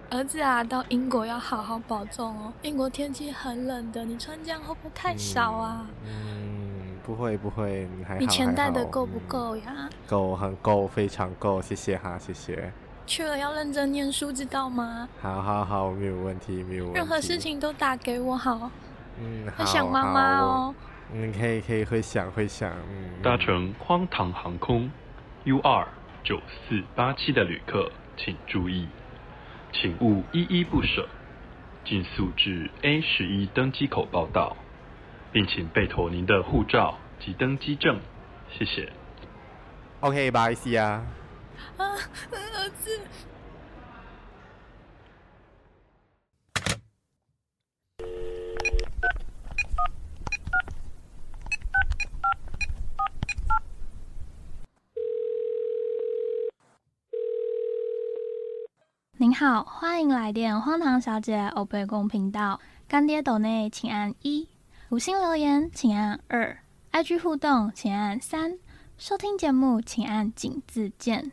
儿子啊，到英国要好好保重哦。英国天气很冷的，你穿这样会不会太少啊？ 不会，还好。 你钱带的够不够呀？ 够，很够，非常够，谢谢哈，谢谢。 去了要认真念书，知道吗？ 好，没有问题。 任何事情都打给我好。 好， 会想妈妈哦。 可以，会想。 搭乘荒唐航空 UR9487 的旅客请注意，请勿依依不舍，尽速至 A11 登机口报到，并请备妥您的护照及登机证，谢谢。 OK， 拜，see ya。 儿子。您好，欢迎来电荒唐小姐欧贝公频道。干爹斗内请按1，五星留言请按2， IG 互动请按3，收听节目请按井字键。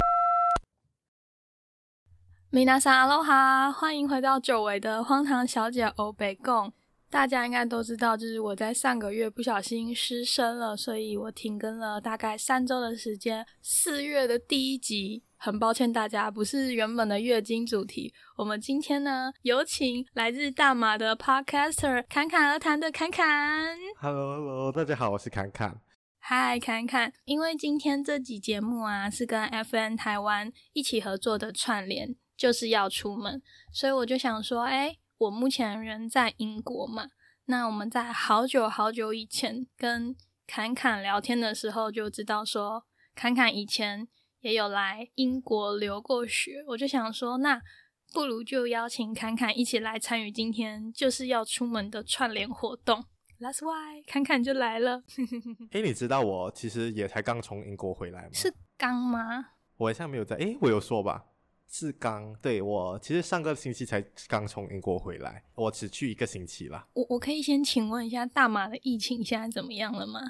皆さんアロハ，欢迎回到久违的荒唐小姐欧贝共。大家应该都知道，就是我在上个月不小心失声了，所以我停更了大概3周的时间。4月的第1集，很抱歉大家，不是原本的月经主题。我们今天呢，有请来自大马的 Podcaster 侃侃而谈的侃侃。 Hello， 大家好，我是侃侃。 嗨，侃侃。因为今天这集节目啊，是跟 FN 台湾一起合作的串联，就是要出门，所以我就想说，我目前人在英国嘛，那我们在好久以前跟侃侃聊天的时候就知道说，侃侃以前也有来英国留过学，我就想说，那不如就邀请侃侃一起来参与今天就是要出门的串联活动。That's why 侃侃就来了。 你知道我其实也才刚从英国回来吗？ 是刚吗？ 我好像没有在，我有说吧？是刚，对，我其实上个星期才刚从英国回来，我只去1个星期啦。 我可以先请问一下，大马的疫情现在怎么样了吗？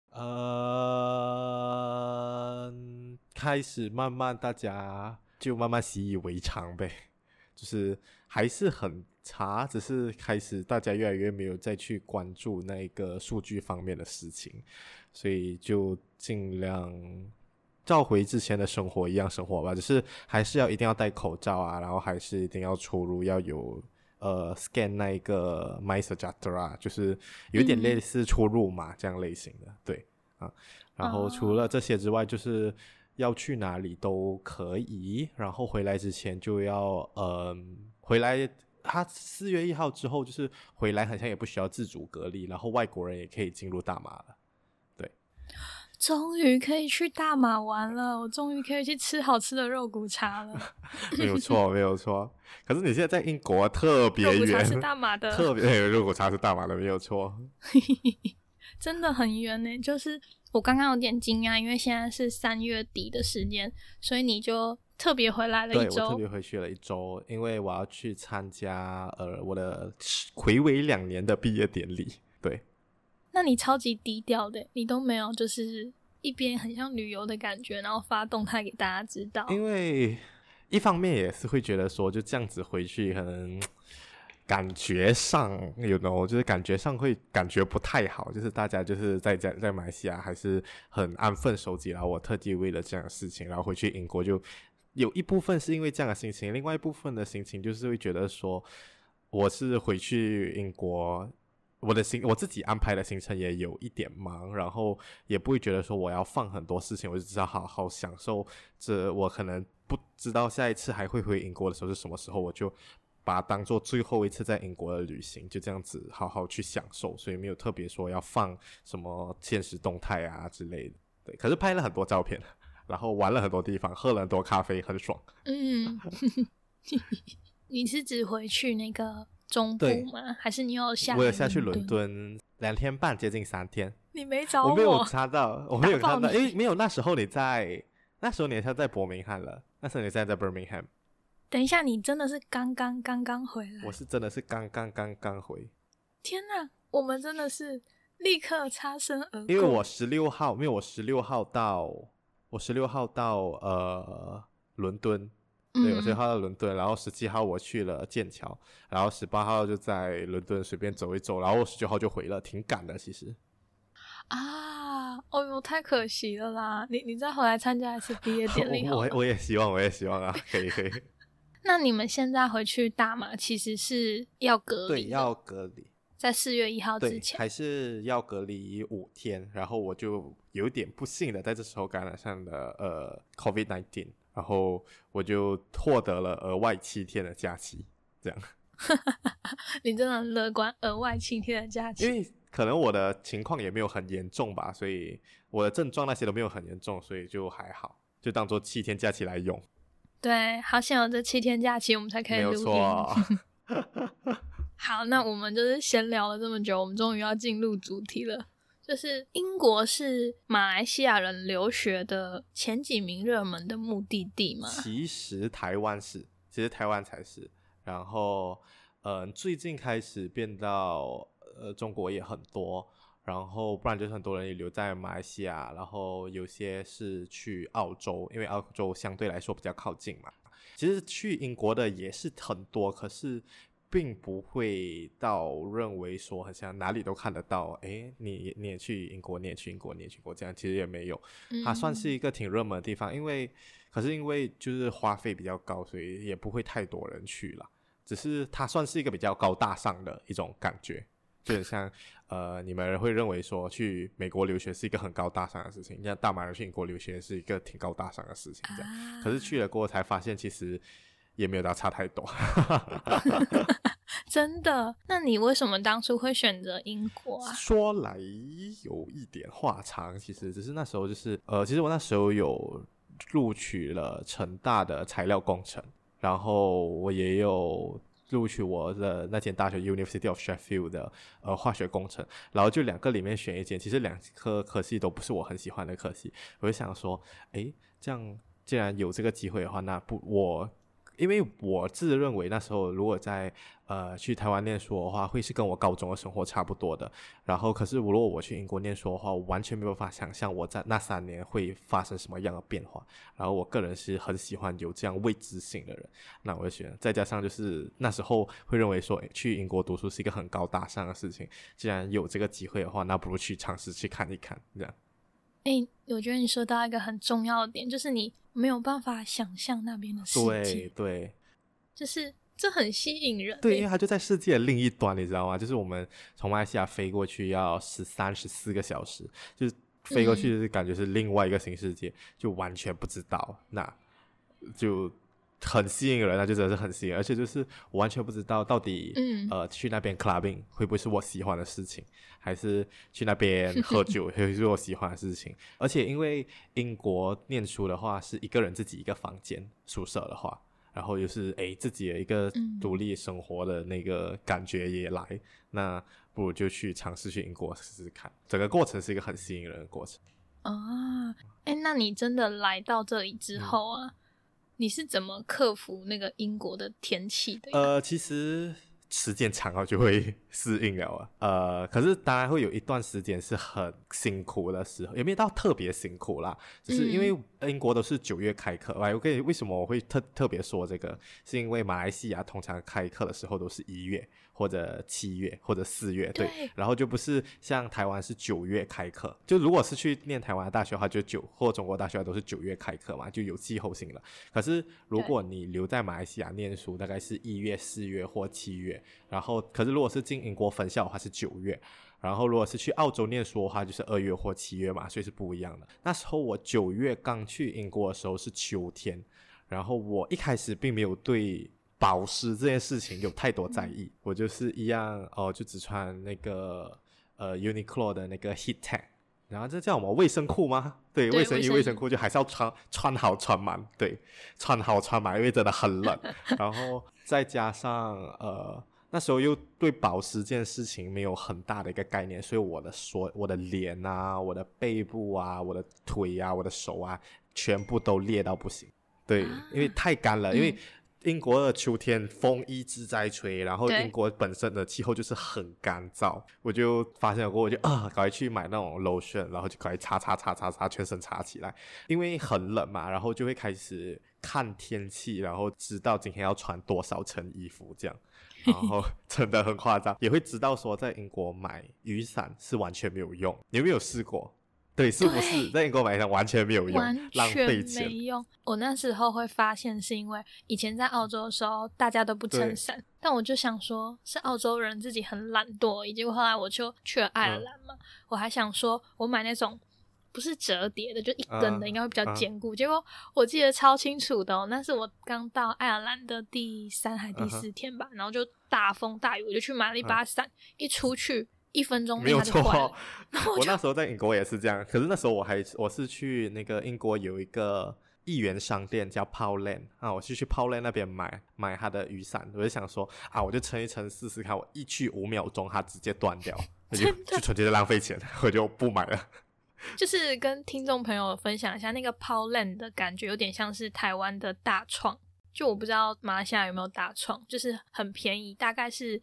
开始慢慢大家就慢慢习以为常呗，就是还是很差，只是开始大家越来越没有再去关注那个数据方面的事情，所以就尽量照回之前的生活一样生活吧，只是还是一定要戴口罩啊，然后还是一定要出入要有scan 那一个 MySejahtera， 就是有点类似出入码这样类型的，对啊。然后除了这些之外，就是要去哪里都可以，然后回来之前就要回来。他4月1号之后就是回来好像也不需要自主隔离，然后外国人也可以进入大马了。对， 终于可以去大马玩了，我终于可以去吃好吃的肉骨茶了。 没有错。可是你现在在英国特别远， 肉骨茶是大马的， 特别肉骨茶是大马的，没有错。 真的很远呢，就是我刚刚有点惊讶，因为现在是3月底的时间，所以你就特别回来了1周。 对，我特别回去了1周，因为我要去参加我的睽违2年的毕业典礼。对， 那你超级低调的，你都没有就是一边很像旅游的感觉，然后发动态给大家知道。 因为一方面也是会觉得说就这样子回去可能感觉上就是感觉上会感觉不太好，就是大家就是在马来西亚还是很安分守己，然后我特地为了这样的事情然后回去英国，就有一部分是因为这样的心情，另外一部分的心情就是会觉得说我是回去英国，我自己安排的行程也有一点忙，然后也不会觉得说我要放很多事情，我就知道好好享受这我可能不知道下一次还会回英国的时候是什么时候，我就把它当做最后一次在英国的旅行，就这样子好好去享受，所以没有特别说要放什么现实动态啊之类的。对，可是拍了很多照片，然后玩了很多地方，喝了很多咖啡，很爽。 你是只回去那个中部吗？还是你有下来？ 我有下去伦敦2天半，接近3天。 你没找我？ 我没有查到，因为没有，那时候你还在伯明翰了，那时候你在 Birmingham。 等一下，你真的是刚刚回来？ 我是真的是刚刚回。 天哪，我们真的是立刻擦身而过。 因为我16号到伦敦， 对，我17号到伦敦，然后17号我去了剑桥，然后18号就在伦敦随便走一走，然后19号就回了，挺赶的其实。 啊，哦哟，太可惜了啦！你再回来参加一次毕业典礼好了。 我也希望啊，可以。 那你们现在回去大马其实是要隔离的， 对，要隔离， 在4月1号之对， 前， 还是要隔离5天，然后我就有点不幸的在这时候感染上了COVID-19， 然后我就获得了额外7天的假期，这样。 你真的很乐观，额外7天的假期。 因为可能我的情况也没有很严重吧，所以我的症状那些都没有很严重，所以就还好，就当做7天假期来用。 对，好险有这7天假期，我们才可以录音。 没有错。 好，那我们就是闲聊了这么久，我们终于要进入主题了。就是英国是马来西亚人留学的前几名热门的目的地吗？ 其实台湾才是。然后最近开始变到中国也很多，然后不然就是很多人也留在马来西亚，然后有些是去澳洲，因为澳洲相对来说比较靠近嘛。其实去英国的也是很多，可是并不会到认为说好像哪里都看得到，诶，你也去英国，你也去英国，这样其实也没有。它算是一个挺热门的地方，因为就是花费比较高，所以也不会太多人去了。只是它算是一个比较高大上的一种感觉，就很像你们会认为说去美国留学是一个很高大上的事情，像大马人去英国留学是一个挺高大上的事情这样。可是去了过后才发现其实也没有到差太多。 真的？那你为什么当初会选择英国啊？ 说来有一点话长，其实只是那时候就是其实我那时候有录取了成大的材料工程，然后我也有录取我的那间大学 University of Sheffield 的化学工程，然后就2个里面选一间，其实2科科系都不是我很喜欢的科系，我就想说，诶，这样既然有这个机会的话，那因为我自认为那时候如果在去台湾念书的话，会是跟我高中的生活差不多的。然后可是如果我去英国念书的话，我完全没有办法想象我在那3年会发生什么样的变化。然后我个人是很喜欢有这样未知性的人，那我就选。再加上就是那时候会认为说，去英国读书是一个很高大上的事情，既然有这个机会的话，那不如去尝试去看一看，这样。 我觉得你说到一个很重要的点，就是你没有办法想象那边的世界。 对， 就是这很吸引人。 对，因为它就在世界的另一端，你知道吗？就是我们从马来西亚飞过去要13、14个小时，就是飞过去感觉是另外一个新世界，就完全不知道，那就很吸引人，那就真的是很吸引人，而且就是我完全不知道到底去那边 clubbing 会不会是我喜欢的事情，还是去那边喝酒会不会是我喜欢的事情。而且因为英国念书的话是一个人自己一个房间，宿舍的话，然后就是自己的一个独立生活的那个感觉也来，那不如就去尝试去英国试试看，整个过程是一个很吸引人的过程啊。那你真的来到这里之后啊，你是怎么克服那个英国的天气的？ 其实时间长了就会适应了可是当然会有一段时间是很辛苦的时候，也没有到特别辛苦啦，只是因为英国都是9月开课为什么我会特别说这个，是因为马来西亚通常开课的时候都是1月或者7月或者4月，对，然后就不是像台湾是9月开课，就如果是去念台湾的大学的话，就或中国大学都是9月开课嘛，就有季后性了。可是如果你留在马来西亚念书，大概是1月、4月或7月，然后可是如果是进英国分校的话是9月，然后如果是去澳洲念书的话就是2月或7月嘛，所以是不一样的。那时候我9月刚去英国的时候是秋天，然后我一开始并没有对保湿这件事情有太多在意，我就是一样就只穿那个Uniqlo 的那个 Heat Tech， 然后这叫什么卫生裤吗？对，卫生衣卫生裤就还是要穿好穿满，对，穿好穿满，因为真的很冷。然后再加上那时候又对保湿这件事情没有很大的一个概念，所以我的脸啊，我的背部啊，我的腿啊，我的手啊，全部都裂到不行。对，因为太干了，因为英国的秋天风一直在吹，然后对英国本身的气候就是很干燥，我就发现过，我就赶快去买那种 lotion， 然后就赶快擦，全身擦起来，因为很冷嘛，然后就会开始看天气，然后知道今天要穿多少层衣服这样。然后真的很夸张，也会知道说在英国买雨伞是完全没有用，你有没有试过？对，是不是在英国买雨伞完全没有用， 完浪费全没钱？ 用。我那时候会发现是因为以前在澳洲的时候大家都不撑伞，但我就想说是澳洲人自己很懒惰，结果后来我就去了爱尔兰嘛，我还想说我买那种不是折叠的，就一根的应该会比较坚固。结果我记得超清楚的那是我刚到爱尔兰的第3还第4天吧，然后就大风大雨，我就去买了一把伞，一出去1分钟没有错。 它就坏了。 我那时候在英国也是这样，可是那时候我是去那个英国有一个一元商店叫 Poundland 我是去 Poundland 那边买它的雨伞，我就想说我就撑一撑试试看，我一去5秒钟它直接断掉，我就纯粹的浪费钱，我就不买了。 就是跟听众朋友分享一下，那个 Poundland 的感觉有点像是台湾的大创，就我不知道马来西亚有没有大创，就是很便宜，大概是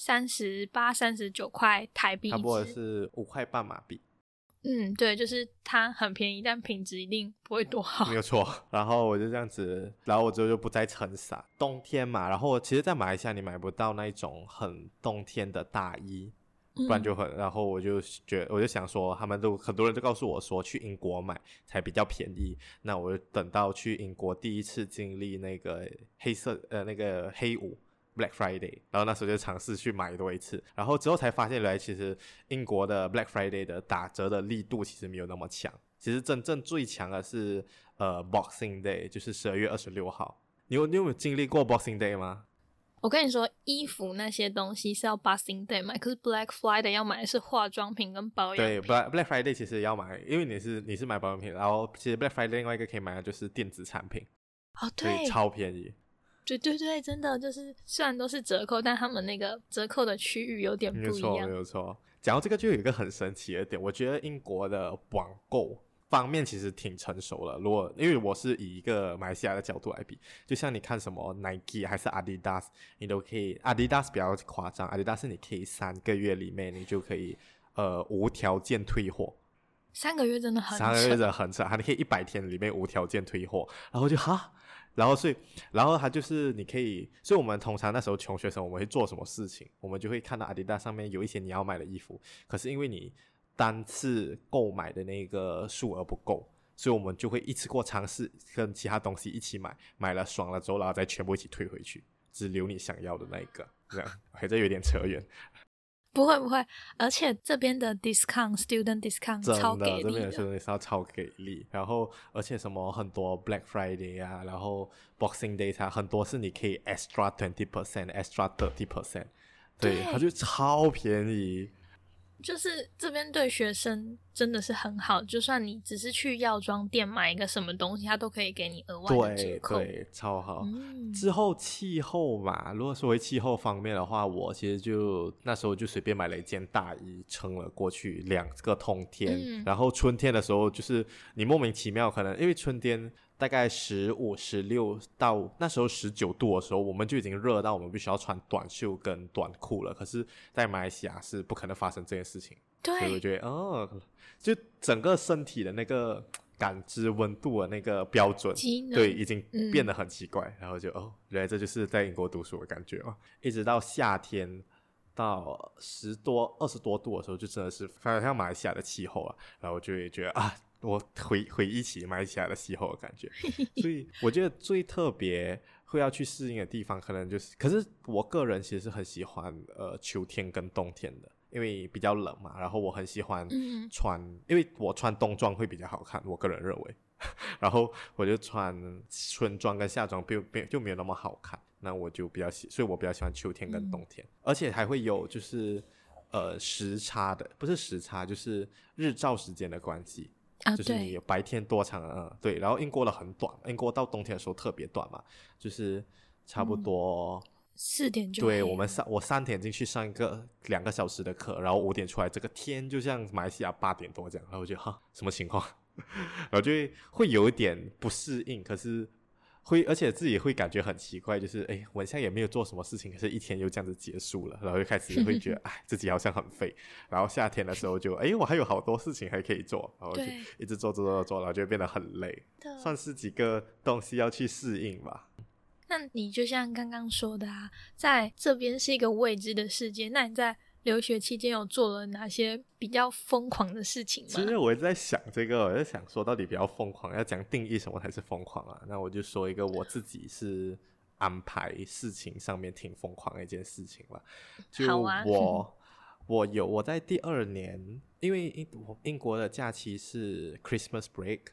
38、39块台币一支， 差不多是5块半马币。 对，就是它很便宜，但品质一定不会多好。 没有错。然后我就这样子，然后我之后就不再撑伞。冬天嘛，然后其实在马来西亚你买不到那种很冬天的大衣，不然就很，然后我就想说，很多人都告诉我说去英国买才比较便宜，那我就等到去英国第一次经历那个那个黑五 Black Friday， 然后那时候就尝试去买多一次，然后之后才发现原来其实英国的 Black Friday 的打折的力度其实没有那么强，其实真正最强的是Boxing Day， 就是12月26号。你有没有经历过 Boxing Day 吗？ 我跟你说，衣服那些东西是要 Boxing Day 买，可是 Black Friday 要买的是化妆品跟保养品。 对 Black Friday 其实要买，因为你是买保养品，然后其实 Black Friday 另外一个可以买的就是电子产品。 对， 超便宜。 对，真的就是虽然都是折扣，但他们那个折扣的区域有点不一样。 没有错。讲到这个就有一个很神奇的点，我觉得英国的网购方面其实挺成熟了。因为我是以一个马来西亚的角度来比，就像你看什么 Nike 还是 Adidas， 你都可以 Adidas 比较夸张， Adidas 你可以3个月里面你就可以无条件退货。 3个月真的很扯，3 个月真的很扯，你可以100天里面无条件退货，然后就然后它就是你可以，所以我们通常那时候穷学生我们会做什么事情，我们就会看到 Adidas 上面有一些你要买的衣服，可是因为你单次购买的那个数额不够，所以我们就会一次过尝试跟其他东西一起买了爽了之后，然后再全部一起退回去，只留你想要的那一个，这样这有点扯远。 不会，而且这边的 student discount 超给力的， 这边的 student discount 超给力，然后而且什么很多 Black Friday 然后 Boxing Day 很多是你可以 extra 20% extra 30%， 对，它就超便宜。 就是这边对学生真的是很好，就算你只是去药妆店买一个什么东西，它都可以给你额外的折扣。 对，超好。之后气候嘛，如果说回气候方面的话，我其实就那时候就随便买了一件大衣撑了过去2个冬天，然后春天的时候就是你莫名其妙可能因为春天大概15、16到那时候19度的时候，我们就已经热到我们必须要穿短袖跟短裤了。可是，在马来西亚是不可能发生这件事情， 对， 所以我觉得就整个身体的那个感知温度的那个标准，对，已经变得很奇怪。然后就原来这就是在英国读书的感觉一直到夏天到10多、20多度的时候，就真的是非常像马来西亚的气候然后我就会觉得我回忆起马来西亚的气候的感觉。所以我觉得最特别会要去适应的地方可能就是，可是我个人其实很喜欢秋天跟冬天的，因为比较冷嘛，然后我很喜欢穿因为我穿冬装会比较好看，我个人认为然后我就穿春装跟夏装就没有那么好看，那我就所以我比较喜欢秋天跟冬天。而且还会有就是时差的，不是时差，就是日照时间的关系就是你白天多长对，然后英国的很短，英国到冬天的时候特别短嘛，就是差不多 4点就对，我3点进去上一个2个小时的课，然后5点出来，这个天就像马来西亚8点多这样，然后我就什么情况然后就会有一点不适应，可是而且自己会感觉很奇怪，就是我好像也没有做什么事情，可是一天就这样子结束了，然后就开始会觉得自己好像很废。然后夏天的时候就我还有好多事情还可以做，然后就一直做，然后就会变得很累，算是几个东西要去适应吧。 那你就像刚刚说的啊，在这边是一个未知的世界，那你在留学期间有做了哪些比较疯狂的事情吗？ 其实我一直在想这个，我在想说到底比较疯狂要讲定义什么才是疯狂啊。那我就说一个我自己是安排事情上面挺疯狂的一件事情吧。就我在第2年，因为英国的假期是 Christmas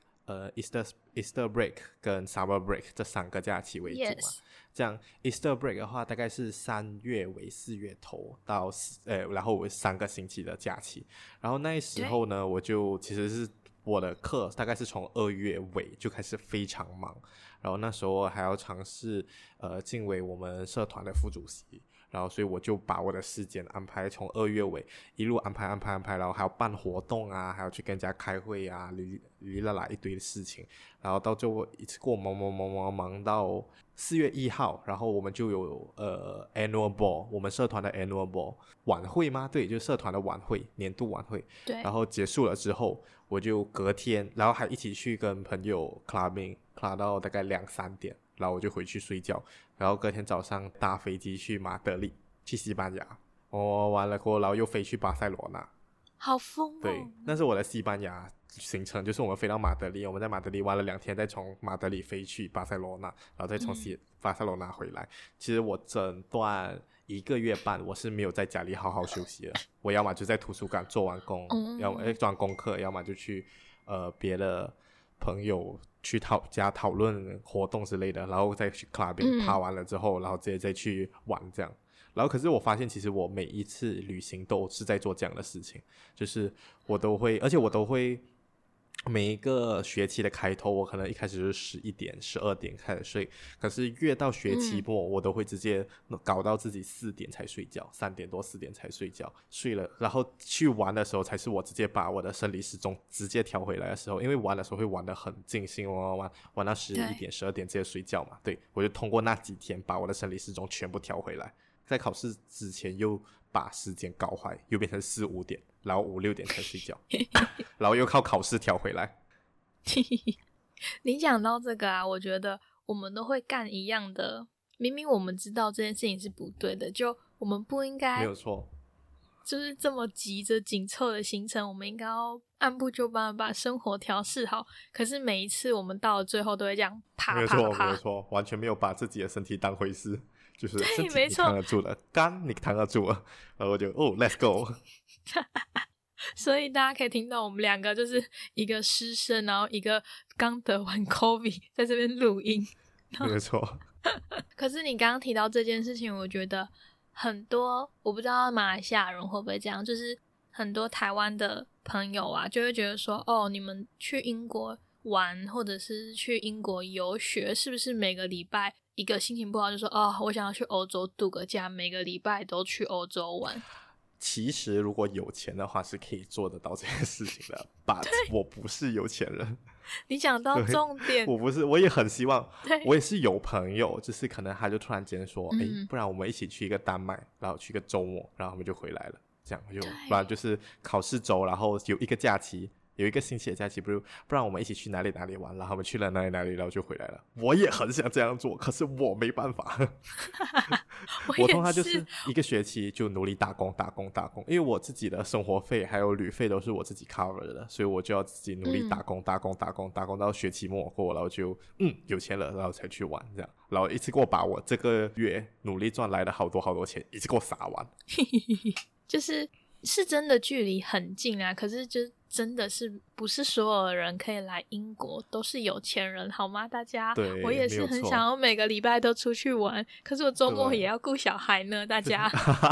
break、Easter break 跟 Summer break 这3个假期为主嘛。 Yes. 这样 Easter break 的话大概是3月尾4月头到然后3个星期的假期。然后那时候呢，我就其实是我的课大概是从2月尾就开始非常忙，然后那时候还要尝试进为我们社团的副主席，然后所以我就把我的时间安排从2月尾一路安排，然后还要办活动啊，还要去跟人家开会啊，哩啦啦一堆的事情，然后到最后一次过忙到4月1号，然后我们就有annual ball， 我们社团的 annual ball 晚会吗？对，就是社团的晚会，年度晚会。 对。 然后结束了之后，我就隔天，然后还一起去跟朋友 club 到大概2-3点，然后我就回去睡觉，然后隔天早上搭飞机去马德里，去西班牙。完了过后，然后又飞去巴塞罗那。 好疯哦！ 对，那是我的西班牙行程，就是我们飞到马德里，我们在马德里玩了2天，再从马德里飞去巴塞罗那，然后再从巴塞罗那回来。其实我整段1个月半我是没有在家里好好休息的，我要么就在图书馆做完工，要么做完功课，要么就去别的朋友去讨论活动之类的，然后再去 clubbing 爬完了之后，然后直接再去玩这样。然后可是我发现其实我每一次旅行都是在做这样的事情，就是我都会每一个学期的开头我可能一开始就是11点12点开始睡，可是越到学期末我都会直接搞到自己4点才睡觉，3点多4点才睡觉，睡了然后去玩的时候才是我直接把我的生理时钟直接调回来的时候，因为玩的时候会玩得很尽兴，玩到11点12点直接睡觉嘛。对，我就通过那几天把我的生理时钟全部调回来，在考试之前又把时间搞坏，又变成4、5点，然后5、6点才睡觉然后又靠考试调回来你讲到这个啊，我觉得我们都会干一样的，明明我们知道这件事情是不对的，就我们不应该， 没有错， 就是这么急着紧凑的行程，我们应该要按部就班把生活调试好。可是每一次我们到了最后都会这样啪啪啪， 没有错，完全没有把自己的身体当回事，就是身体没错， 你扛得住了，肝你扛得住了，然后就let's go 所以大家可以听到我们2个就是一个师生，然后一个刚得完 COVID 在这边录音， 没有错可是你刚刚提到这件事情，我觉得很多，我不知道马来西亚人会不会这样，就是很多台湾的朋友啊就会觉得说，你们去英国玩或者是去英国游学，是不是每个礼拜一个心情不好就说我想要去欧洲度个假，每个礼拜都去欧洲玩。 其实如果有钱的话是可以做得到这件事情的but 我不是有钱人。 你讲到重点， 我不是，我也很希望，我也是有朋友就是可能他就突然间说不然我们一起去一个丹麦，然后去一个周末，然后他们就回来了，这样就不然就是考试周，然后有一个假期，有一个星期的假期，不然我们一起去哪里玩，然后我们去了哪里然后就回来了。我也很想这样做，可是我没办法我通常就是一个学期就努力打工，因为我自己的生活费还有旅费都是我自己 cover 的，所以我就要自己努力打工到学期末过，然后就有钱了，然后才去玩这样，然后一次给我把我这个月努力赚来的好多钱一次给我撒完就是真的距离很近啊，可是就真的是不是所有的人可以来英国都是有钱人好吗？大家， 对， 我也是很想要每个礼拜都出去玩，可是我周末也要顾小孩呢，大家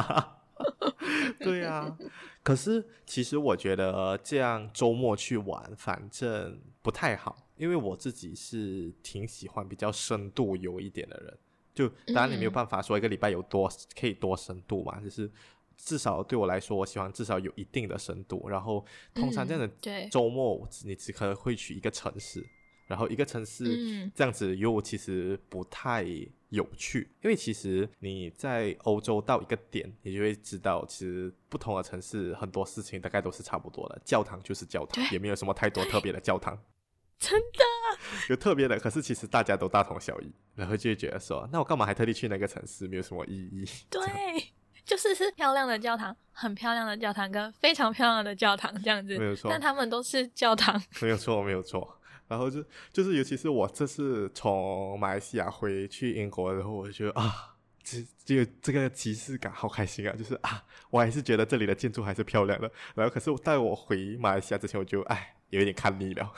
对啊，可是其实我觉得这样周末去玩反正不太好，因为我自己是挺喜欢比较深度游一点的人，就当然你没有办法说一个礼拜有可以多深度嘛，就是至少对我来说我喜欢至少有一定的深度，然后通常这样的周末你只可能会去一个城市， 然后一个城市这样子又其实不太有趣，因为其实你在欧洲到一个点，你就会知道其实不同的城市很多事情大概都是差不多的，教堂就是教堂，也没有什么太多特别的教堂， 真的有特别的，可是其实大家都大同小异，然后就会觉得说那我干嘛还特地去那个城市，没有什么意义。 对，就是漂亮的教堂，很漂亮的教堂跟非常漂亮的教堂这样子， 没有错， 但他们都是教堂。 没有错没有错。然后就是尤其是我这次从马来西亚回去英国，然后我就觉得啊，这个即视感好开心啊！就是啊，我还是觉得这里的建筑还是漂亮的。然后可是带我回马来西亚之前，我就有一点看腻了，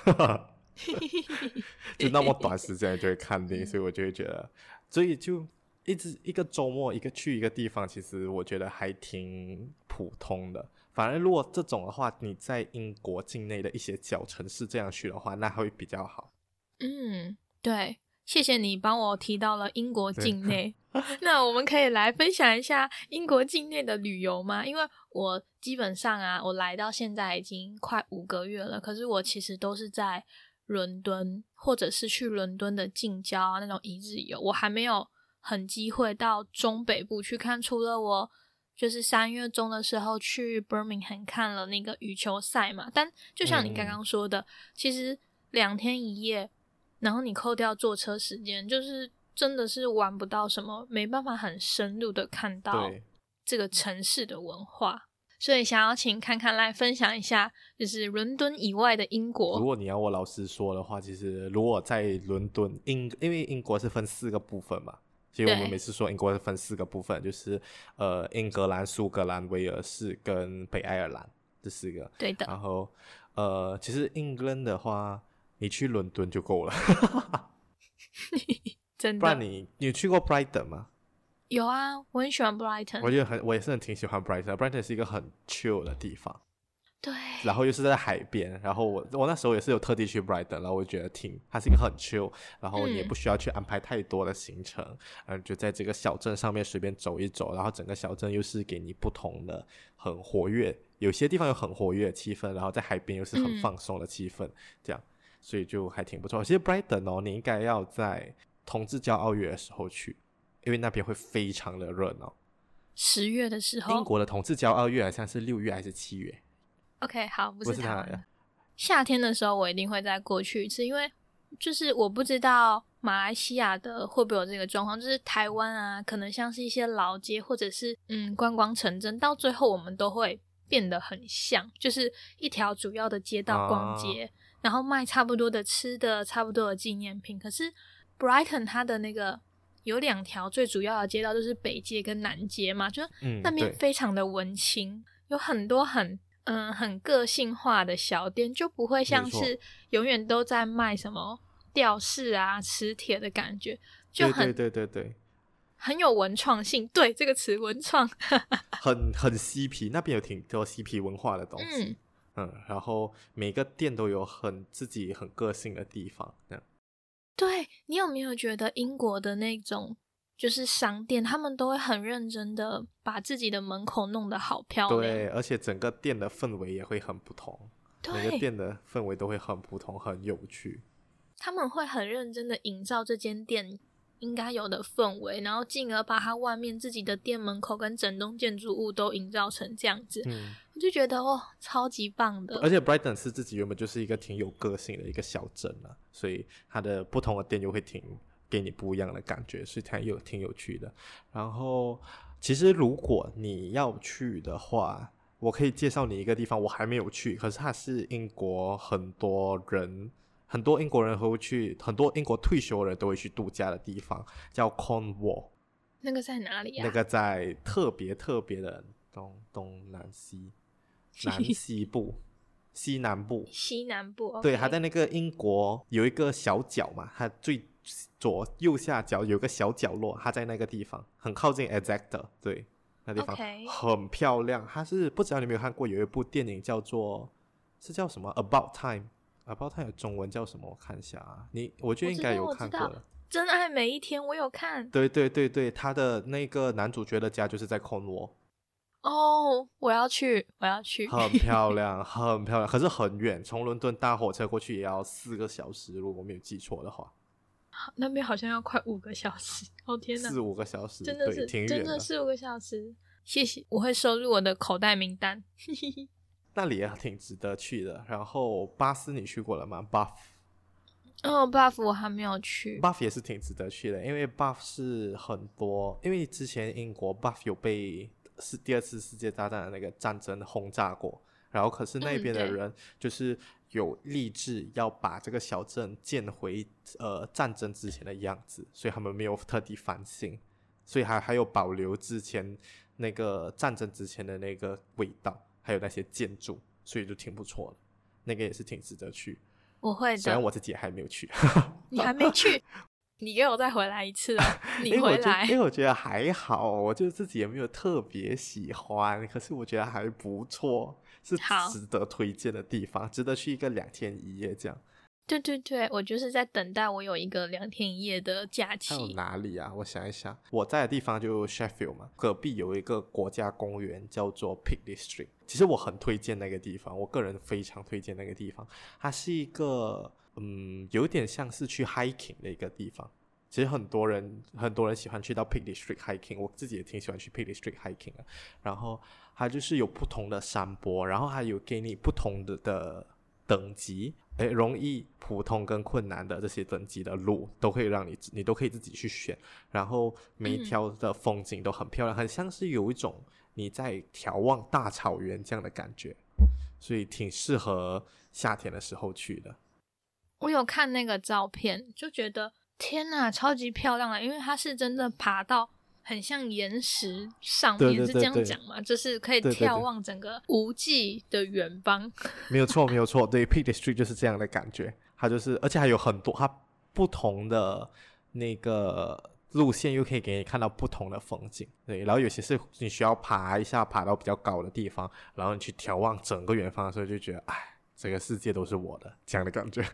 就那么短时间就会看腻，所以我就会觉得，所以就一个周末去一个地方，其实我觉得还挺普通的。反而如果这种的话，你在英国境内的一些小城市这样去的话，那会比较好。 对，谢谢你帮我提到了英国境内。那我们可以来分享一下英国境内的旅游吗？因为我基本上我来到现在已经快5个月了，可是我其实都是在伦敦，或者是去伦敦的近郊那种一日游，我还没有很机会到中北部去看，除了我就是3月中的时候去 Birmingham 看了那个羽球赛嘛，但就像你刚刚说的，其实2天1夜，然后你扣掉坐车时间，就是真的是玩不到什么，没办法很深入的看到这个城市的文化，所以想要请侃侃来分享一下就是伦敦以外的英国。 如果你要我老实说的话，其实如果在伦敦因为英国是分4个部分嘛，所以我们每次说英国是分4个部分，就是英格兰、苏格兰、威尔士跟北爱尔兰这4个。 对的。 然后其实英格兰的话，你去伦敦就够了。 真的。 不然你有去过 Brighton 吗？ 有啊，我很喜欢 Brighton。 我也是挺喜欢 Brighton 是一个很 chill 的地方。 对， 然后又是在海边，然后我那时候也是有特地去 Brighton， 然后我觉得它是一个很 chill， 然后你也不需要去安排太多的行程，就在这个小镇上面随便走一走，然后整个小镇又是给你不同的很活跃，有些地方有很活跃的气氛，然后在海边又是很放松的气氛，这样，所以就还挺不错。其实 Brighton 你应该要在同志骄傲月的时候去，因为那边会非常的热闹。 10月的时候， 英国的同志骄傲月好像是6月还是7月。 OK， 好，不是台湾的。 夏天的时候我一定会再过去一次，因为就是我不知道马来西亚的会不会有这个状况，就是台湾可能像是一些老街或者是观光城镇，到最后我们都会变得很像，就是一条主要的街道逛街，然后卖差不多的吃的，差不多的纪念品。可是 Brighton 它的那个有2条最主要的街道，就是北街跟南街嘛，就是那边非常的文青，有很多很个性化的小店，就不会像是永远都在卖什么吊饰磁铁的感觉，就很对， 很有文创性。对，这个词文创很嬉皮，那边有挺多嬉皮文化的东西。然后每个店都有自己很个性的地方。 对，你有没有觉得英国的那种就是商店，他们都会很认真的把自己的门口弄得好漂亮。 对，而且整个店的氛围也会很不同，每个店的氛围都会很不同，很有趣。 他们会很认真的营造这间店应该有的氛围，然后进而把它外面自己的店门口跟整栋建筑物都营造成这样子。我就觉得超级棒的。 而且 Brighton 是自己原本就是一个挺有个性的一个小镇所以它的不同的店又会给你不一样的感觉，所以它挺有趣的。然后其实如果你要去的话，我可以介绍你一个地方，我还没有去，可是它是英国很多英国人会去，很多英国退休人都会去度假的地方，叫 Cornwall。 那个在哪里啊？ 那个在特别的东南西部西南部。对，它在那个英国有一个小角嘛，它最右下角有个小角落，它在那个地方很靠近 Exeter。 对，那地方很漂亮。它是不知道你有没有看过，有一部电影叫什么 About Time 有中文叫什么？我看一下我觉得应该有看过了。 真爱每一天我有看。 对，他的那个男主角的家就是在 Cornwall。 哦，我要去很漂亮很漂亮，可是很远，从伦敦搭火车过去也要4个小时，如果我没有记错的话。 那边好像要快5个小时，哦天哪 ，4-5个小时， 真的是对，挺远真的4-5个小时，谢谢，我会收入我的口袋名单。 那里也挺值得去的。然后巴斯你去过了吗 ？Bath Buff 我还没有去。 Bath 也是挺值得去的，因为 Bath 是很多，因为之前英国 Bath 有被第2次世界大战的那个战争轰炸过，然后可是那边的人就是有立志要把这个小镇建回战争之前的样子，所以他们没有特地翻新，所以还有保留之前那个战争之前的那个味道，还有那些建筑，所以就挺不错的，那个也是挺值得去。 我会的， 虽然我自己还没有去。 你还没去？你给我再回来一次哦！你回来， 因为我觉得还好，我就自己也没有特别喜欢，可是我觉得还不错，是值得推荐的地方，值得去一个2天1夜这样。 对对对，我就是在等待我有一个2天1夜的假期。 还有哪里啊？我想一想，我在的地方就 Sheffield 嘛，隔壁有一个国家公园叫做 Peak District， 其实我很推荐那个地方，我个人非常推荐那个地方，它是一个有点像是去 hiking 的一个地方。其实很多人喜欢去到 Peak District hiking， 我自己也挺喜欢去 Peak District hiking 的。然后它就是有不同的山坡，然后还有给你不同的等级，容易、普通跟困难的这些等级的路都可以让你都可以自己去选，然后每一条的风景都很漂亮，很像是有一种你在眺望大草原这样的感觉，所以挺适合夏天的时候去的。 我有看那个照片，就觉得天哪，超级漂亮了，因为它是真的爬到很像岩石上面， 对是这样讲吗？就是可以眺望整个无际的远方。 没有错，没有错，对 Peak District 就是这样的感觉，它就是，而且还有很多它不同的那个路线，又可以给你看到不同的风景，对，然后有些是你需要爬一下，爬到比较高的地方，然后你去眺望整个远方的时候，就觉得，哎，这个世界都是我的，这样的感觉。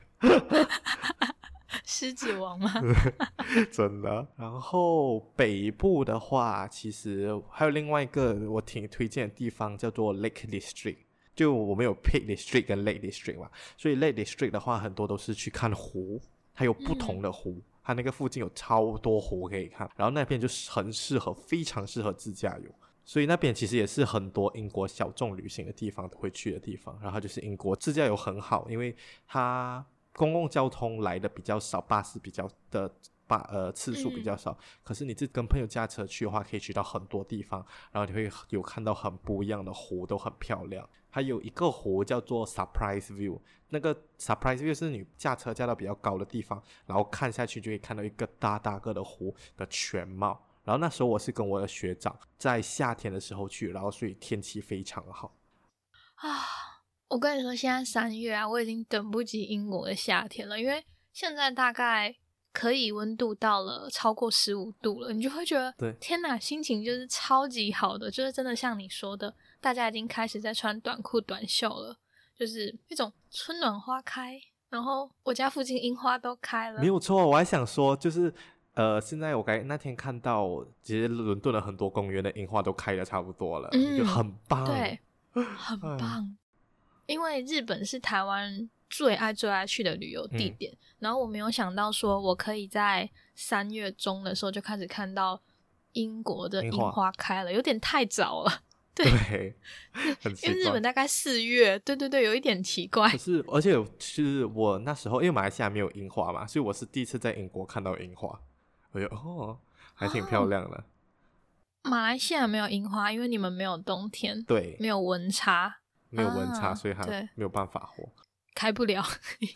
狮子王吗？ 真的。然后北部的话，其实还有另外一个我挺推荐的地方，叫做 Lake District。就我们有 Peak District 跟 Lake District 嘛，所以 Lake District 的话，很多都是去看湖，它有不同的湖，它那个附近有超多湖可以看，然后那边就是非常适合自驾游。所以那边其实也是很多英国小众旅行的地方都会去的地方，然后就是英国自驾游很好，因为它公共交通来的比较少，巴士比较的次数比较少，可是你跟朋友驾车去的话，可以去到很多地方，然后你会有看到很不一样的湖，都很漂亮。还有一个湖叫做 Surprise View， 那个 Surprise View 是你驾车驾到比较高的地方，然后看下去就可以看到一个大大个的湖的全貌。然后那时候我是跟我的学长在夏天的时候去，然后所以天气非常好啊。我跟你说，现在3月啊，我已经等不及英国的夏天了，因为现在大概可以温度到了超过15度了，你就会觉得， 对， 天哪，心情就是超级好的，就是真的像你说的，大家已经开始在穿短裤短袖了，就是一种春暖花开，然后我家附近樱花都开了。 没有错，我还想说，就是现在我那天看到，其实伦敦的很多公园的樱花都开得差不多了，就很棒， 对，很棒。因为日本是台湾最爱去的旅游地点，然后我没有想到说我可以在3月中的时候就开始看到英国的樱花开了，有点太早了。对， 很奇怪， 因为日本大概4月，对对对，有一点奇怪。 可是而且是我那时候因为马来西亚没有樱花嘛，所以我是第一次在英国看到樱花，我觉得还挺漂亮的。 马来西亚没有樱花，因为你们没有冬天， 对， 没有温差。 没有温差，所以它没有办法活， 开不了。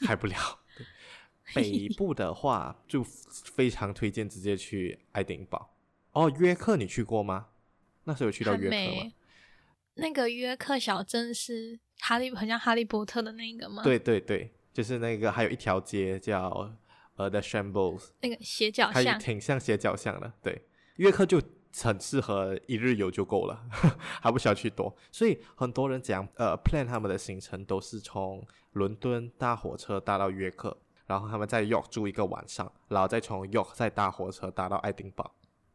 北部的话就非常推荐直接去爱丁堡。约克你去过吗？那时候有去到约克吗？ 那个约克小镇是很像哈利波特的那个吗？ 对对对，就是那个，还有一条街叫The Shambles， 那个斜角巷， 还挺像斜角巷的。对，约克就很适合1日游就够了，还不需要去多。所以很多人讲plan 他们的行程都是从伦敦搭火车搭到约克，然后他们在 York 住1个晚上，然后再从 York 再搭火车搭到爱丁堡，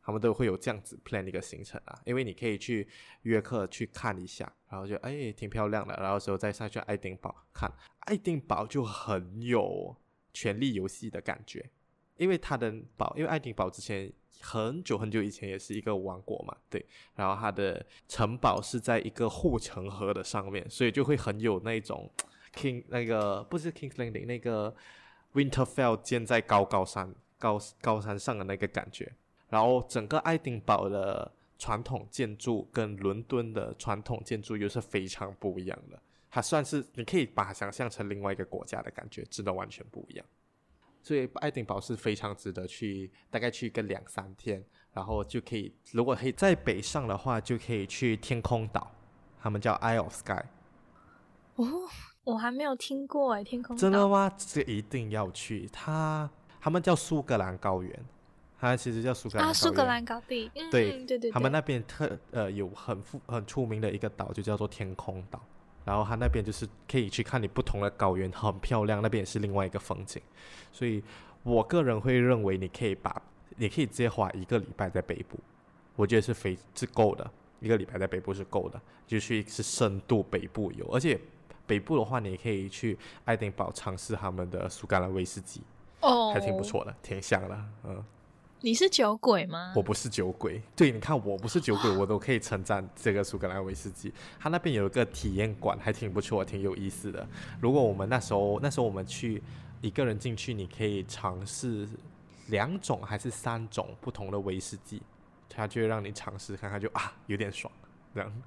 他们都会有这样子 plan 一个行程啊，因为你可以去约课去看一下，然后就挺漂亮的，然后之后再上去爱丁堡看，爱丁堡就很有权力游戏的感觉，因为爱丁堡之前很久很久以前也是一个王国嘛，对，然后它的城堡是在一个护城河的上面，所以就会很有那种那个不是 King's Landing 那个 Winterfell 建在高山上的那个感觉。然后整个爱丁堡的传统建筑跟伦敦的传统建筑又是非常不一样的，它算是你可以把它想象成另外一个国家的感觉，真的完全不一样。所以爱丁堡是非常值得去，大概去个2-3天，然后就可以，如果可以在北上的话，就可以去天空岛，他们叫 Isle of Skye。 我还没有听过天空岛。 真的吗？这一定要去。他们叫苏格兰高原。它其实叫苏格兰高原苏格兰高地， 对对， 他们那边有很出名的一个岛，就叫做天空岛。然后它那边就是可以去看你不同的高原，很漂亮，那边也是另外一个风景。所以我个人会认为，你可以直接花1个礼拜在北部，我觉得是够的，1个礼拜在北部是够的，就是深度北部游。而且北部的话，你也可以去爱丁堡尝试他们的苏格兰威士忌，还挺不错的，挺香的， 你是酒鬼吗？ 我不是酒鬼，对，你看我不是酒鬼，我都可以称赞这个苏格兰威士忌。他那边有一个体验馆，还挺不错，挺有意思的。如果我们那时候我们去一个人进去，你可以尝试2种还是3种不同的威士忌，他就会让你尝试看看，就有点爽这样。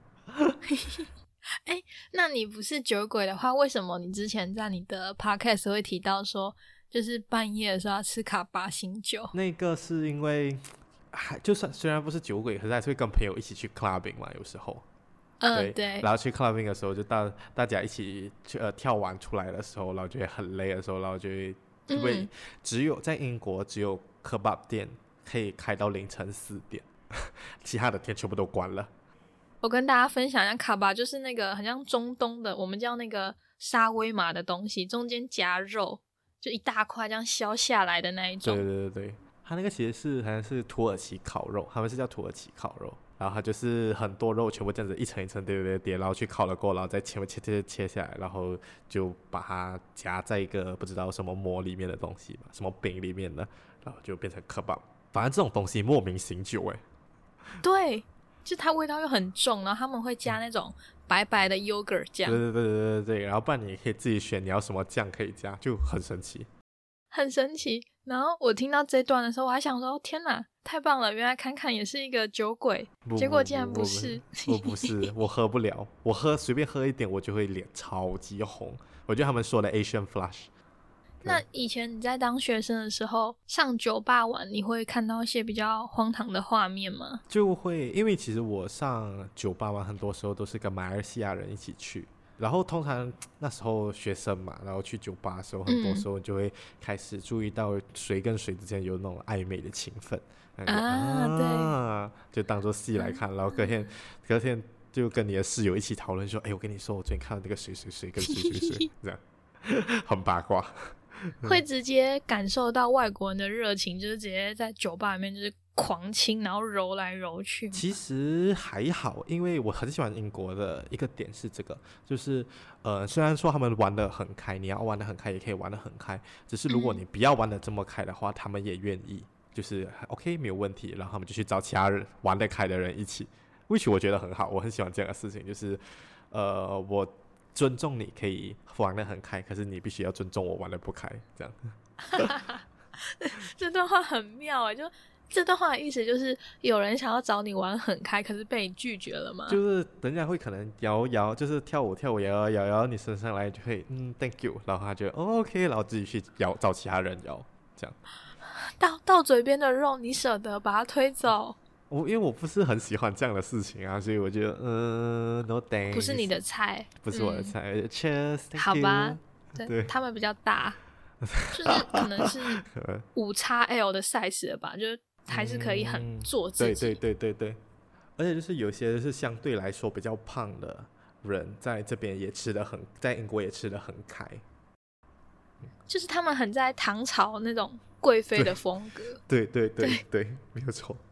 那你不是酒鬼的话，为什么你之前在你的 podcast 会提到说就是半夜的时候要吃卡巴醒酒？ 那个是因为就算虽然不是酒鬼，可是还是会跟朋友一起去 clubbing 嘛，有时候对，然后去 clubbing 的时候就大家一起去跳完出来的时候，然后就会很累的时候，然后就会因为只有在英国只有 kebab 店可以开到凌晨4点其他的店全部都关了。 我跟大家分享一下，卡巴就是那个很像中东的，我们叫那个沙威玛的东西，中间夹肉，就一大块这样削下来的那一种。 对，它那个其实好像是土耳其烤肉，他们是叫土耳其烤肉，然后它就是很多肉全部这样子一层一层叠，然后去烤了过后，然后再切下来，然后就把它夹在一个不知道什么馍里面的东西吧，什么饼里面的，然后就变成kebab。反正这种东西莫名醒酒对，就它味道又很重，然后他们会加那种白白的 yogurt 酱。 对，然后不然你也可以自己选你要什么酱可以加，就很神奇。 很神奇。然后我听到这段的时候，我还想说天哪，太棒了，原来侃侃也是一个酒鬼，结果竟然不是。 我不是，我喝不了，我随便喝一点我就会脸超级红，我觉得他们说的 Asian flush。 那以前你在当学生的时候上酒吧玩，你会看到一些比较荒唐的画面吗？ 就会，因为其实我上酒吧玩很多时候都是跟马来西亚人一起去，然后通常那时候学生嘛，然后去酒吧的时候很多时候就会开始注意到谁跟谁之间有那种暧昧的情分对， 就当作戏来看，然后隔天就跟你的室友一起讨论说，我跟你说我昨天看到那个谁跟谁这样很八卦。 会直接感受到外国人的热情，就是直接在酒吧里面就是狂亲，然后揉来揉去。 其实还好，因为我很喜欢英国的一个点是这个，就是虽然说他们玩得很开，你要玩得很开也可以玩得很开，只是如果你不要玩得这么开的话，他们也愿意，就是 OK 没有问题，然后他们就去找其他人玩得开的人一起 which 我觉得很好，我很喜欢这样的事情，就是我尊重你可以玩得很开，可是你必须要尊重我玩得不开，这样。 这段话很妙就这段话的意思就是有人想要找你玩很开，可是被你拒绝了吗？ 就是人家会可能摇，就是跳舞摇你身上来，就会thank you， 然后他就OK， 然后自己去找其他人摇，这样。 到嘴边的肉你舍得把它推走？ 因为我不是很喜欢这样的事情啊，所以我觉得no thanks， 不是你的菜， 不是我的菜，cheers， thank you， 好吧， 对， 他们比较大，就是可能是5XL 的 size 了吧，就是还是可以很做自己。 对，而且就是有些是相对来说比较胖的人，在这边也吃得很，在英国也吃得很开， 就是他们很在唐朝那种贵妃的风格。 对，没有错。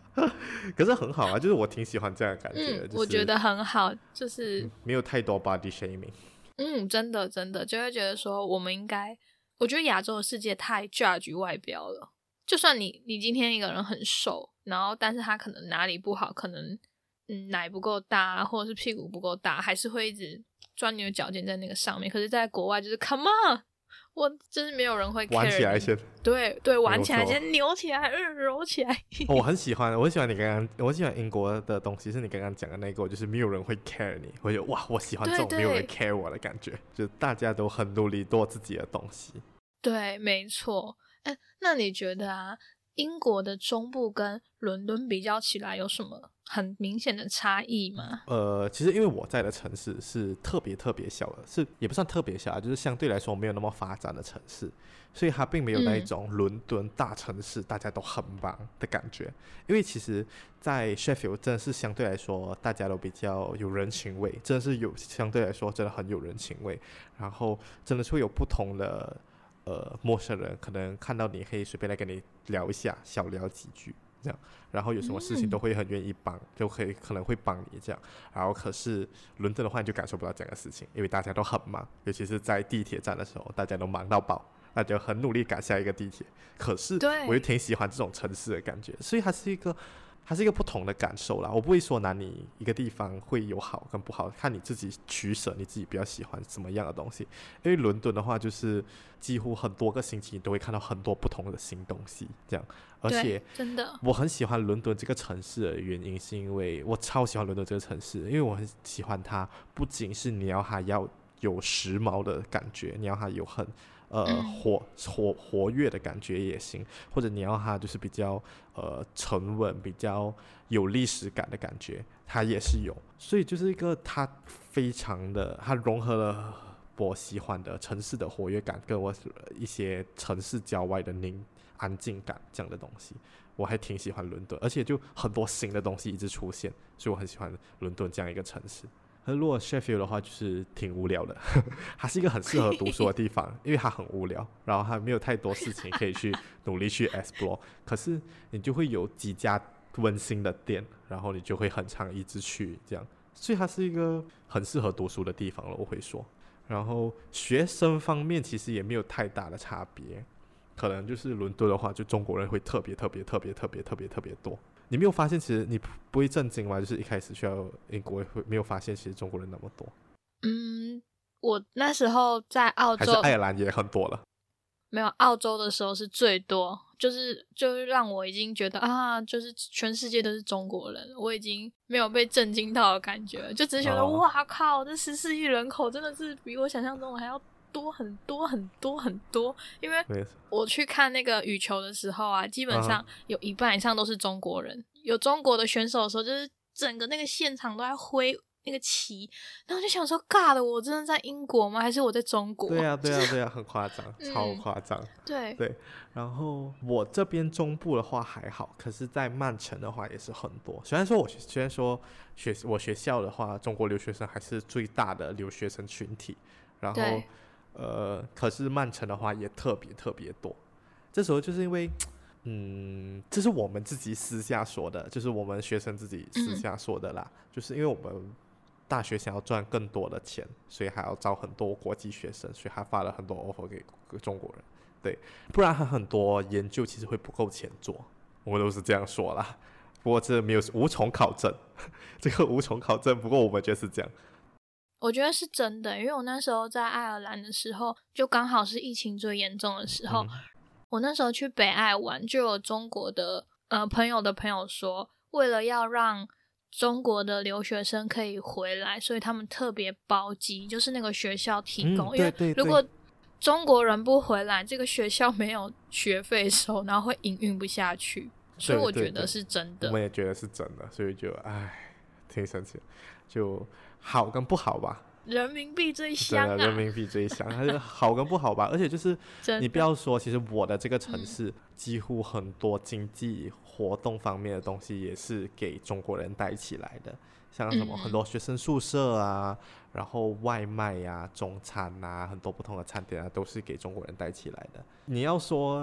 可是很好啊，就是我挺喜欢这样的感觉的，就是我觉得很好，就是没有太多 body shaming。 真的真的就会觉得说，我们应该，我觉得亚洲的世界太 judge 外表了。就算你今天一个人很瘦，然后但是他可能哪里不好，可能奶不够大，或者是屁股不够大，还是会一直钻牛角尖在那个上面。可是在国外就是 come on， 我就是没有人会 care 玩起来先， 对，玩起来先，扭起来，揉起来。 我很喜欢你刚刚，我喜欢英国的东西，是你刚刚讲的那个，就是没有人会 care 你，我觉得哇，我喜欢这种没有人 care 我的感觉，就是大家都很努力做自己的东西。 对，没错。那你觉得啊，英国的中部跟伦敦比较起来有什么很明显的差异吗？ 其实因为我在的城市是特别特别小的，是也不算特别小，就是相对来说没有那么发展的城市，所以它并没有那一种伦敦大城市大家都很忙的感觉。因为其实在 Sheffield 真的是相对来说大家都比较有人情味，真的是相对来说真的很有人情味，然后真的是会有不同的陌生人可能看到你可以随便来跟你聊一下，小聊几句这样，然后有什么事情都会很愿意帮，就可能会帮你这样。然后可是伦敦的话你就感受不到这样的事情，因为大家都很忙，尤其是在地铁站的时候大家都忙到爆，那就很努力赶下一个地铁。可是我又挺喜欢这种城市的感觉，所以它是一个不同的感受啦。我不会说拿你一个地方会有好跟不好，看你自己取舍，你自己比较喜欢什么样的东西。因为伦敦的话就是几乎很多个星期你都会看到很多不同的新东西这样，而且真的我很喜欢伦敦这个城市的原因是因为我超喜欢伦敦这个城市，因为我很喜欢它，不仅是你要它要有时髦的感觉，你要它有很活跃的感觉也行，或者你要它就是比较沉稳，比较有历史感的感觉，它也是有。所以就是一个它非常的，它融合了我喜欢的城市的活跃感，跟我一些城市郊外的安静感这样的东西，我还挺喜欢伦敦，而且就很多新的东西一直出现，所以我很喜欢伦敦这样一个城市。而如果 Sheffield 的话就是挺无聊的它是一个很适合读书的地方因为它很无聊，然后它没有太多事情可以去努力去 explore 可是你就会有几家温馨的店，然后你就会很常一直去这样，所以它是一个很适合读书的地方了，我会说。然后学生方面其实也没有太大的差别，可能就是伦敦的话就中国人会特别多。你没有发现其实你不会震惊吗？就是一开始去到英国会没有发现其实中国人那么多。 我那时候在澳洲， 还是爱尔兰也很多了。 没有，澳洲的时候是最多，就是让我已经觉得啊，就是全世界都是中国人，我已经没有被震惊到的感觉，就只觉得哇靠，这14亿人口真的是比我想象中还要多很多很多很多。因为我去看那个羽球的时候啊，基本上有一半以上都是中国人，有中国的选手的时候，就是整个那个现场都在挥那个旗，然后就想说尬的，我真的在英国吗？还是我在中国？ 对啊，很夸张，超夸张。对，然后我这边中部的话还好，可是在曼城的话也是很多。虽然说我学校的话，中国留学生还是最大的留学生群体，然后可是曼城的话也特别多。这时候就是因为这是我们自己私下说的，就是我们学生自己私下说的啦，就是因为我们大学想要赚更多的钱，所以还要招很多国际学生，所以他发了很多 offer 给中国人，对，不然他很多研究其实会不够钱做，我们都是这样说啦。不过这无从考证这个无从考证，不过我们觉得是这样。 我觉得是真的，因为我那时候在爱尔兰的时候，就刚好是疫情最严重的时候，我那时候去北爱玩，就有中国的朋友的朋友说，为了要让中国的留学生可以回来，所以他们特别包机，就是那个学校提供，因为如果中国人不回来，这个学校没有学费收，然后会营运不下去，所以我觉得是真的。 我们也觉得是真的，所以就挺神奇的，就好跟不好吧。 人民币最香啊！ 人民币最香，它是好跟不好吧。而且就是你不要说，其实我的这个城市几乎很多经济活动方面的东西也是给中国人带起来的，像什么很多学生宿舍啊，然后外卖啊、中餐啊，很多不同的餐点啊，都是给中国人带起来的。你要说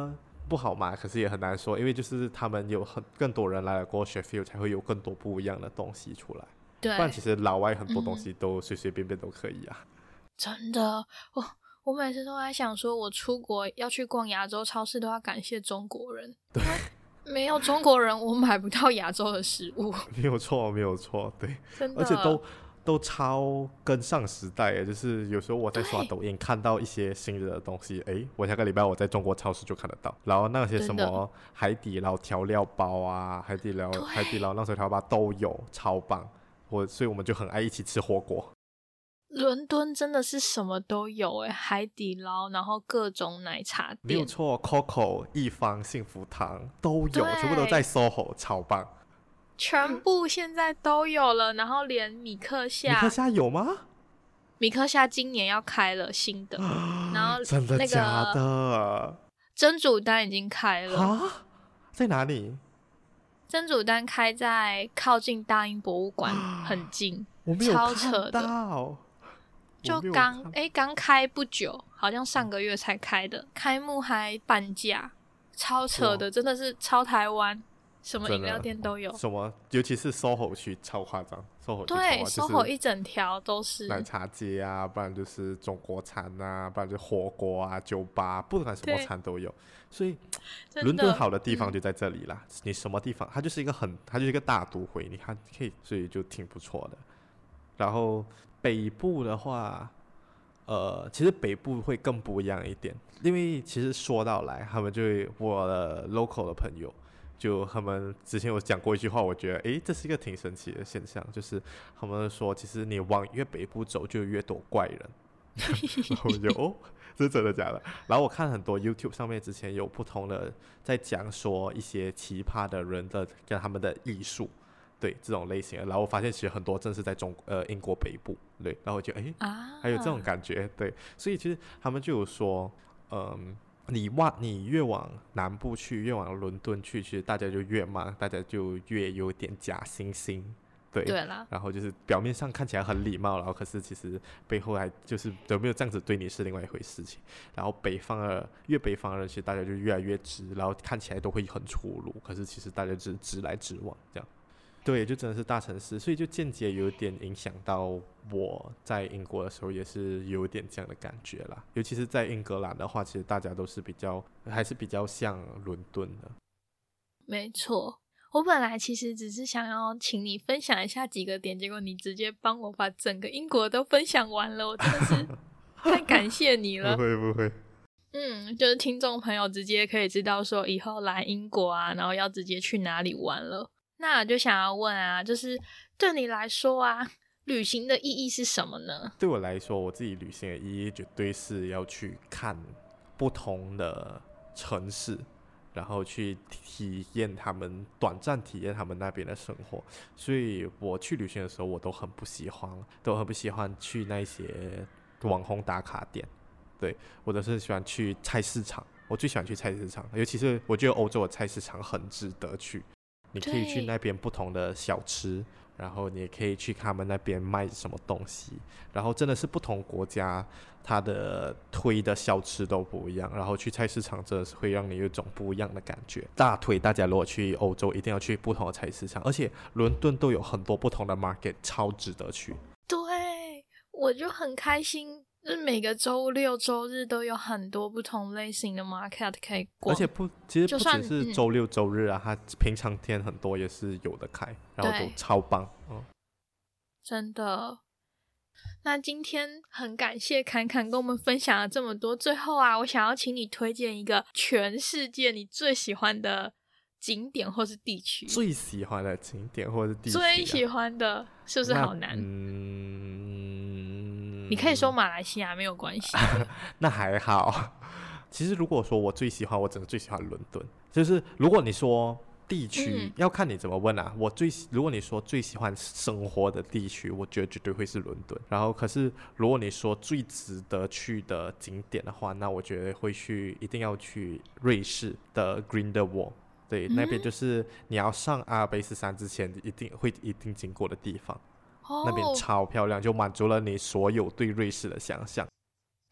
不好嘛，可是也很难说，因为就是他们有更多人来了过 Sheffield 才会有更多不一样的东西出来， 对， 不然其实老外很多东西都随随便便都可以啊。 真的，我每次都在想说，我出国要去逛亚洲超市都要感谢中国人， 对， 没有中国人我买不到亚洲的食物。 没有错，没有错，对， 真的， 而且都超跟上时代耶，就是有时候我在刷抖音看到一些新的东西，我下个礼拜我在中国超市就看得到，然后那些什么海底捞调料包啊，海底捞那时候调料包都有，超棒，所以我们就很爱一起吃火锅。 伦敦真的是什么都有海底捞，然后各种奶茶店， 没有错 ，Coco、一方、幸福堂都有，全部都在 SOHO， 超棒。 全部现在都有了，然后连米克夏有吗？ 米克夏今年要开了新的，然后真的假的？ 蒸煮丹已经开了啊？在哪里？ 蒸煮丹开在靠近大英博物馆很近， 我没有超扯看到， 就刚开不久，好像上个月才开的，开幕还半价，超扯的，真的是超台湾。什么饮料店都有， 什么尤其是 SOHO 区超夸张， SOHO 区对， 就是 SOHO 一整条都是奶茶街啊，不然就是中国餐啊，不然就是火锅啊、酒吧，不管什么餐都有。所以伦敦好的地方就在这里啦，你什么地方它就是一个大都会，你看可以，所以就挺不错的。然后北部的话其实北部会更不一样一点，因为其实说到来他们就会我的 local 的朋友，就他们之前有讲过一句话，我觉得这是一个挺神奇的现象，就是他们说其实你往越北部走就越多怪人。然后我就这是真的假的？然后我看很多 YouTube 上面之前有不同的在讲说一些奇葩的人的跟他们的艺术，对这种类型的，然后我发现其实很多正是在英国北部，对，然后我就还有这种感觉，对，所以其实他们就有说你越往南部去，越往伦敦去，其实大家就越忙，大家就越有点假惺惺，对啦， 然后就是表面上看起来很礼貌，然后可是其实背后还就是有没有这样子对你是另外一回事情。然后越北方的人，其实大家就越来越直，然后看起来都会很粗鲁，可是其实大家只是直来直往这样。对，就真的是大城市，所以就间接有点影响到我在英国的时候，也是有点这样的感觉啦。尤其是在英格兰的话，其实大家都是还是比较像伦敦的。 没错，我本来其实只是想要请你分享一下几个点，结果你直接帮我把整个英国都分享完了，我真的是太感谢你了。 不会。 就是听众朋友直接可以知道说以后来英国啊，然后要直接去哪里玩了。那我就想要问啊，就是对你来说啊，旅行的意义是什么呢？ 对我来说，我自己旅行的意义绝对是要去看不同的城市，然后去短暂体验他们那边的生活。所以我去旅行的时候，我都很不喜欢去那些网红打卡点。对，我都是喜欢去菜市场，我最喜欢去菜市场，尤其是我觉得欧洲的菜市场很值得去。你可以去那边不同的小吃，然后你也可以去他们那边卖什么东西，然后真的是不同国家它的推的小吃都不一样，然后去菜市场真的是会让你有一种不一样的感觉。大推大家如果去欧洲一定要去不同的菜市场，而且伦敦都有很多不同的 market， 超值得去。 对，我就很开心，就是每个周六周日都有很多不同类型的 market 可以逛， 而且其实不只是周六周日啊，它平常天很多也是有的开，然后都超棒。 真的。那今天很感谢侃侃跟我们分享了这么多，最后啊，我想要请你推荐一个全世界你最喜欢的景点或是地区。 最喜欢的景点或是地区最喜欢的是不是好难？你可以说马来西亚没有关系。 那还好。其实如果说我最喜欢，我真的最喜欢伦敦。就是如果你说地区，要看你怎么问啊。如果你说最喜欢生活的地区，我觉得绝对会是伦敦。然后可是如果你说最值得去的景点的话，那我觉得一定要去瑞士的 Grindelwald。对，那边就是你要上阿尔卑斯山之前一定经过的地方。那边超漂亮，就满足了你所有对瑞士的想象。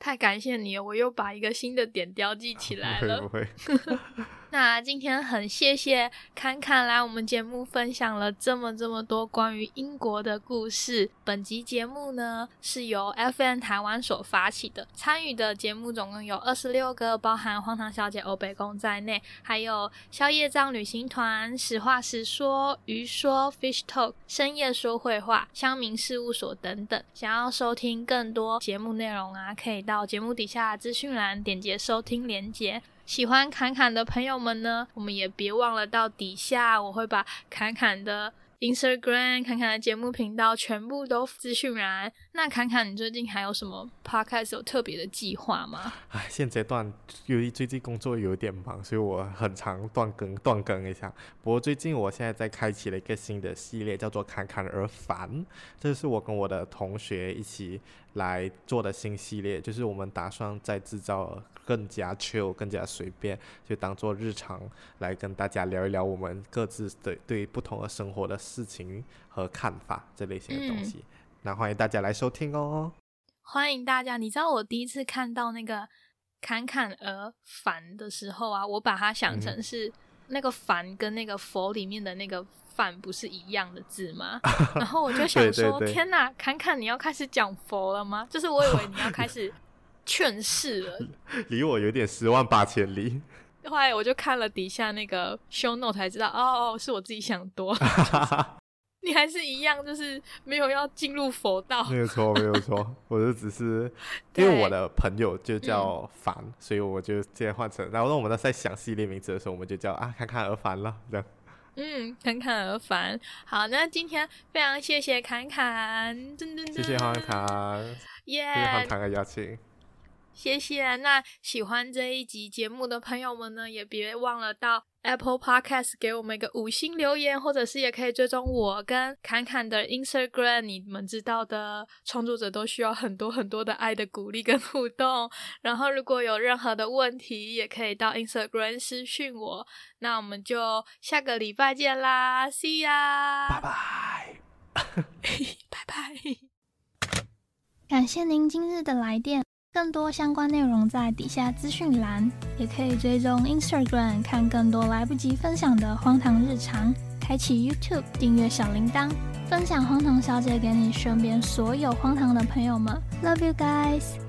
太感谢你了，我又把一个新的点标记起来了。 不会那今天很谢谢侃侃来我们节目分享了这么多关于英国的故事。本集节目呢是由 FN 台湾所发起的，参与的节目总共有26个，包含荒唐小姐欧北宫在内，还有宵夜藏旅行团、实话实说、鱼说 Fish Talk、深夜说绘画、乡民事务所等等。想要收听更多节目内容啊，可以到节目底下的资讯栏点击收听连结。喜欢侃侃的朋友们呢，我们也别忘了到底下我会把侃侃的 Instagram、侃侃的节目频道全部都资讯栏。那侃侃你最近还有什么 podcast 有特别的计划吗？ 现阶段由于最近工作有点忙，所以我很常断更一下。不过最近我现在在开启了一个新的系列，叫做侃侃而烦，这是我跟我的同学一起来做的新系列，就是我们打算在制造更加 chill 更加随便，就当做日常来跟大家聊一聊我们各自的对不同的生活的事情和看法这类型的东西。那欢迎大家来收听哦。 欢迎大家。你知道我第一次看到那个侃侃而烦的时候啊，我把它想成是那个烦跟那个佛里面的那个饭不是一样的字吗？然后我就想说对天哪，侃侃你要开始讲佛了吗？就是我以为你要开始劝世了离我有点10万8千里。 后来我就看了底下那个 show note 才知道，哦，是我自己想多你还是一样，就是没有要进入佛道。 没有错，我就只是因为我的朋友就叫凡，所以我就直接换成。然后我们在想系列名字的时候，我们就叫侃侃而烦了，这样。 侃侃而烦。好，那今天非常谢谢侃侃， 谢谢荒唐，谢谢荒唐的邀请。 谢谢。那喜欢这一集节目的朋友们呢，也别忘了到 Apple Podcast 给我们一个5星留言，或者是也可以追踪我跟侃侃的 Instagram。 你们知道的，创作者都需要很多的爱的鼓励跟互动。然后如果有任何的问题，也可以到 Instagram 私讯我。那我们就下个礼拜见啦， See ya， 拜拜拜拜。 感谢您今日的来电，更多相关内容在底下资讯栏，也可以追踪 Instagram 看更多来不及分享的荒唐日常，开启 YouTube 订阅小铃铛，分享荒唐小姐给你身边所有荒唐的朋友们。Love you guys!